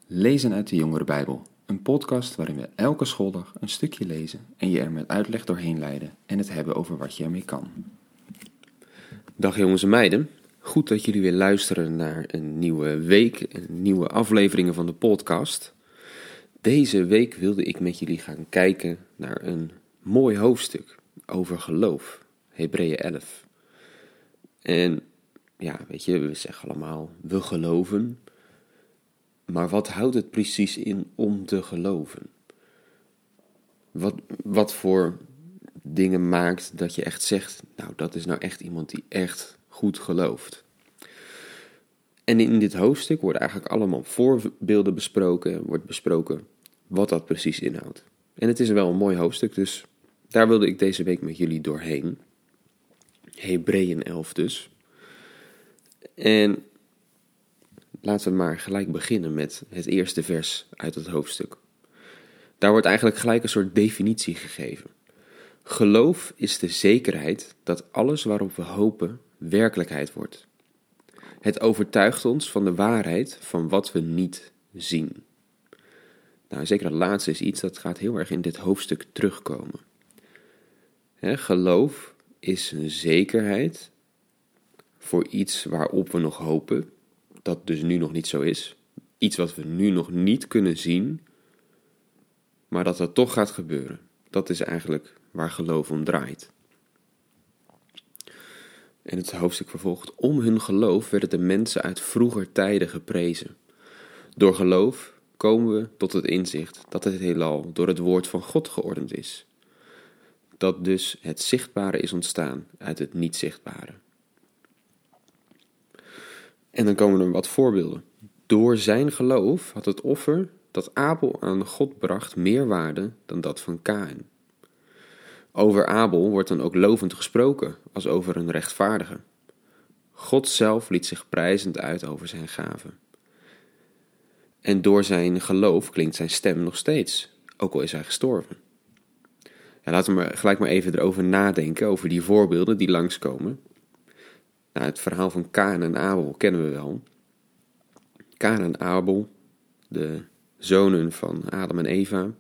Lezen uit de Jongerenbijbel, een podcast waarin we elke schooldag een stukje lezen en je er met uitleg doorheen leiden en het hebben over wat je ermee kan. Dag jongens en meiden, goed dat jullie weer luisteren naar een nieuwe week en nieuwe afleveringen van de podcast. Deze week wilde ik met jullie gaan kijken naar een mooi hoofdstuk over geloof, Hebreeën 11. En ja, weet je, we zeggen allemaal, we geloven. Maar wat houdt het precies in om te geloven? Wat voor dingen maakt dat je echt zegt, nou dat is nou echt iemand die echt goed gelooft. En in dit hoofdstuk worden eigenlijk allemaal voorbeelden besproken, wordt besproken wat dat precies inhoudt. En het is wel een mooi hoofdstuk, dus daar wilde ik deze week met jullie doorheen. Hebreeën 11 dus. En laten we maar gelijk beginnen met het eerste vers uit het hoofdstuk. Daar wordt eigenlijk gelijk een soort definitie gegeven. Geloof is de zekerheid dat alles waarop we hopen werkelijkheid wordt. Het overtuigt ons van de waarheid van wat we niet zien. Nou, zeker dat laatste is iets dat gaat heel erg in dit hoofdstuk terugkomen. Geloof is een zekerheid voor iets waarop we nog hopen, dat dus nu nog niet zo is. Iets wat we nu nog niet kunnen zien, maar dat toch gaat gebeuren. Dat is eigenlijk waar geloof om draait. En het hoofdstuk vervolgt. Om hun geloof werden de mensen uit vroeger tijden geprezen. Door geloof komen we tot het inzicht dat het heelal door het woord van God geordend is. Dat dus het zichtbare is ontstaan uit het niet zichtbare. En dan komen er wat voorbeelden. Door zijn geloof had het offer dat Abel aan God bracht meer waarde dan dat van Kaïn. Over Abel wordt dan ook lovend gesproken als over een rechtvaardige. God zelf liet zich prijzend uit over zijn gave. En door zijn geloof klinkt zijn stem nog steeds, ook al is hij gestorven. Ja, laten we gelijk maar even erover nadenken, over die voorbeelden die langskomen. Nou, het verhaal van Kaïn en Abel kennen we wel. Kaïn en Abel, de zonen van Adam en Eva.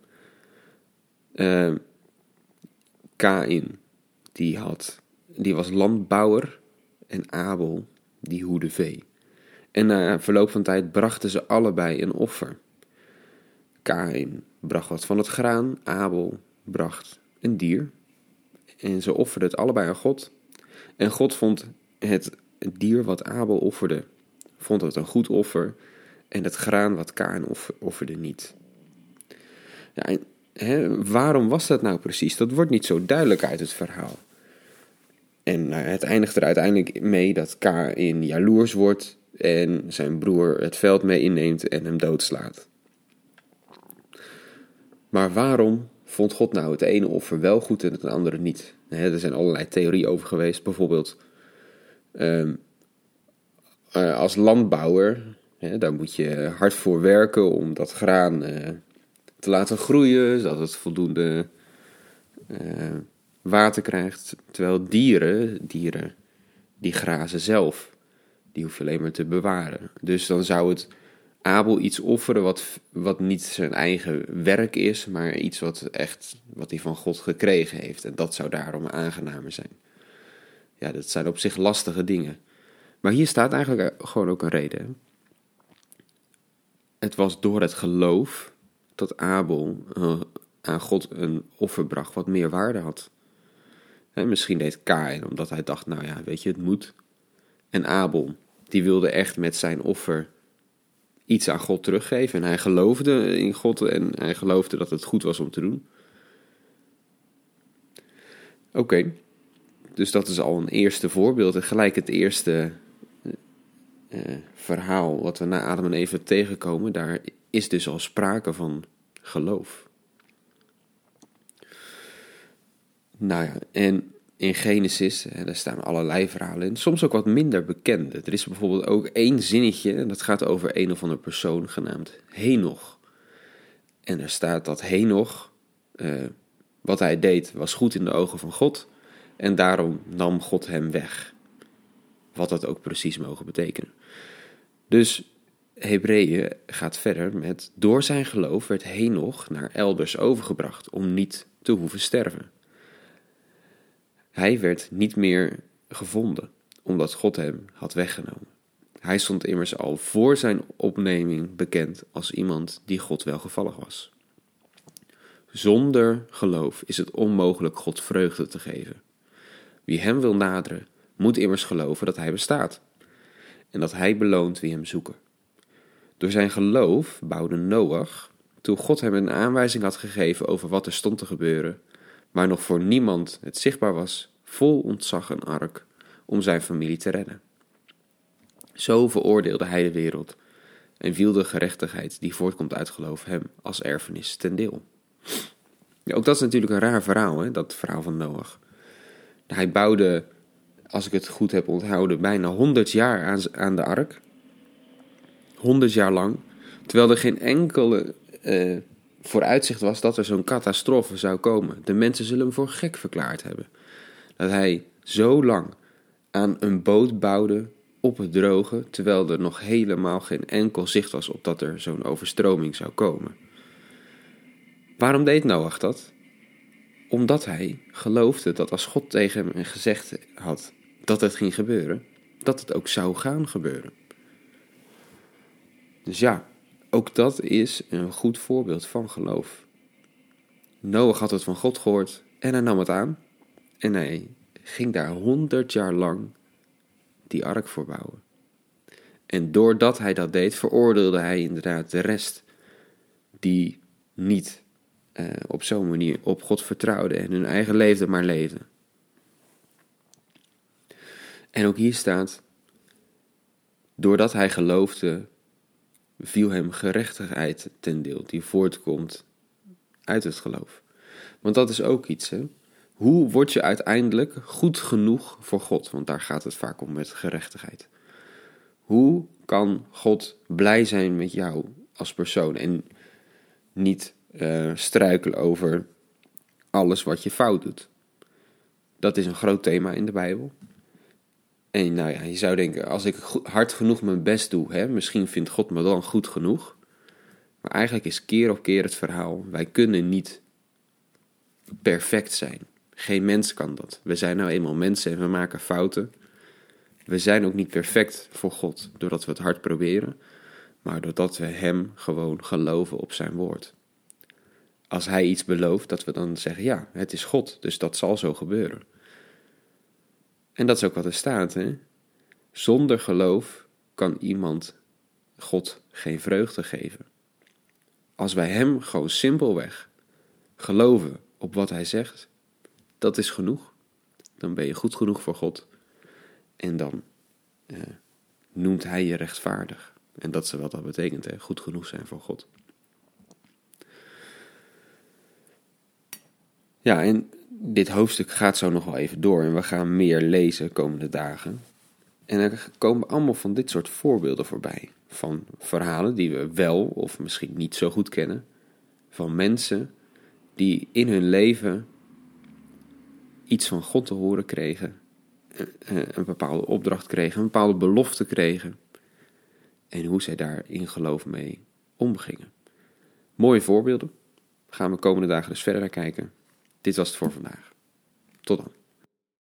Kaïn, die was landbouwer en Abel, die hoedde vee. En na verloop van tijd brachten ze allebei een offer. Kaïn bracht wat van het graan, Abel bracht een dier. En ze offerden het allebei aan God. En God vond het dier wat Abel offerde, vond het een goed offer. En het graan wat Kaïn offerde niet. Ja, waarom was dat nou precies? Dat wordt niet zo duidelijk uit het verhaal. En het eindigt er uiteindelijk mee dat Kaïn jaloers wordt en zijn broer het veld mee inneemt en hem doodslaat. Maar waarom vond God nou het ene offer wel goed en het andere niet? Er zijn allerlei theorieën over geweest. Bijvoorbeeld als landbouwer, daar moet je hard voor werken om dat graan te laten groeien, zodat het voldoende water krijgt. Terwijl dieren die grazen zelf, die hoef je alleen maar te bewaren. Dus dan zou het Abel iets offeren wat niet zijn eigen werk is, maar iets wat hij van God gekregen heeft. En dat zou daarom aangenamer zijn. Ja, dat zijn op zich lastige dingen. Maar hier staat eigenlijk gewoon ook een reden. Het was door het geloof dat Abel aan God een offer bracht wat meer waarde had. Misschien deed Kaïn omdat hij dacht, nou ja, weet je, het moet. En Abel, die wilde echt met zijn offer iets aan God teruggeven. En hij geloofde in God en hij geloofde dat het goed was om te doen. Oké, dus dat is al een eerste voorbeeld. En gelijk het eerste verhaal wat we na Adam en Eva tegenkomen, daar is dus al sprake van geloof. Nou ja, en in Genesis, daar staan allerlei verhalen in, soms ook wat minder bekende. Er is bijvoorbeeld ook één zinnetje, en dat gaat over een of andere persoon genaamd Henoch. En er staat dat Henoch, wat hij deed, was goed in de ogen van God, en daarom nam God hem weg. Wat dat ook precies mogen betekenen. Dus Hebreeën gaat verder met: door zijn geloof werd Henoch naar elders overgebracht om niet te hoeven sterven. Hij werd niet meer gevonden, omdat God hem had weggenomen. Hij stond immers al voor zijn opneming bekend als iemand die God welgevallig was. Zonder geloof is het onmogelijk God vreugde te geven. Wie hem wil naderen, moet immers geloven dat hij bestaat en dat hij beloont wie hem zoeken. Door zijn geloof bouwde Noach, toen God hem een aanwijzing had gegeven over wat er stond te gebeuren, maar nog voor niemand het zichtbaar was, vol ontzag een ark om zijn familie te redden. Zo veroordeelde hij de wereld en viel de gerechtigheid die voortkomt uit geloof hem als erfenis ten deel. Ja, ook dat is natuurlijk een raar verhaal, hè, dat verhaal van Noach. Hij bouwde, als ik het goed heb onthouden, bijna 100 jaar aan de ark. 100 jaar lang. Terwijl er geen enkele vooruitzicht was dat er zo'n catastrofe zou komen. De mensen zullen hem voor gek verklaard hebben. Dat hij zo lang aan een boot bouwde op het droge, terwijl er nog helemaal geen enkel zicht was op dat er zo'n overstroming zou komen. Waarom deed Noach dat? Omdat hij geloofde dat als God tegen hem gezegd had dat het ging gebeuren, dat het ook zou gaan gebeuren. Dus ja, ook dat is een goed voorbeeld van geloof. Noach had het van God gehoord en hij nam het aan. En hij ging daar 100 jaar lang die ark voor bouwen. En doordat hij dat deed, veroordeelde hij inderdaad de rest die niet op zo'n manier op God vertrouwden en hun eigen leven maar leefden. En ook hier staat, doordat hij geloofde, viel hem gerechtigheid ten deel, die voortkomt uit het geloof. Want dat is ook iets, hè. Hoe word je uiteindelijk goed genoeg voor God? Want daar gaat het vaak om met gerechtigheid. Hoe kan God blij zijn met jou als persoon en niet struikelen over alles wat je fout doet? Dat is een groot thema in de Bijbel. En nou ja, je zou denken, als ik hard genoeg mijn best doe, hè, misschien vindt God me dan goed genoeg. Maar eigenlijk is keer op keer het verhaal, wij kunnen niet perfect zijn. Geen mens kan dat. We zijn nou eenmaal mensen en we maken fouten. We zijn ook niet perfect voor God, doordat we het hard proberen, maar doordat we hem gewoon geloven op zijn woord. Als hij iets belooft, dat we dan zeggen, ja, het is God, dus dat zal zo gebeuren. En dat is ook wat er staat, hè. Zonder geloof kan iemand God geen vreugde geven. Als wij hem gewoon simpelweg geloven op wat hij zegt, dat is genoeg. Dan ben je goed genoeg voor God. En dan noemt hij je rechtvaardig. En dat is wat dat betekent, hè? Goed genoeg zijn voor God. Ja, en dit hoofdstuk gaat zo nog wel even door. En we gaan meer lezen komende dagen. En er komen allemaal van dit soort voorbeelden voorbij. Van verhalen die we wel of misschien niet zo goed kennen. Van mensen die in hun leven iets van God te horen kregen. Een bepaalde opdracht kregen, een bepaalde belofte kregen. En hoe zij daar in geloof mee omgingen. Mooie voorbeelden. Gaan we komende dagen dus verder naar kijken. Dit was het voor vandaag. Tot dan.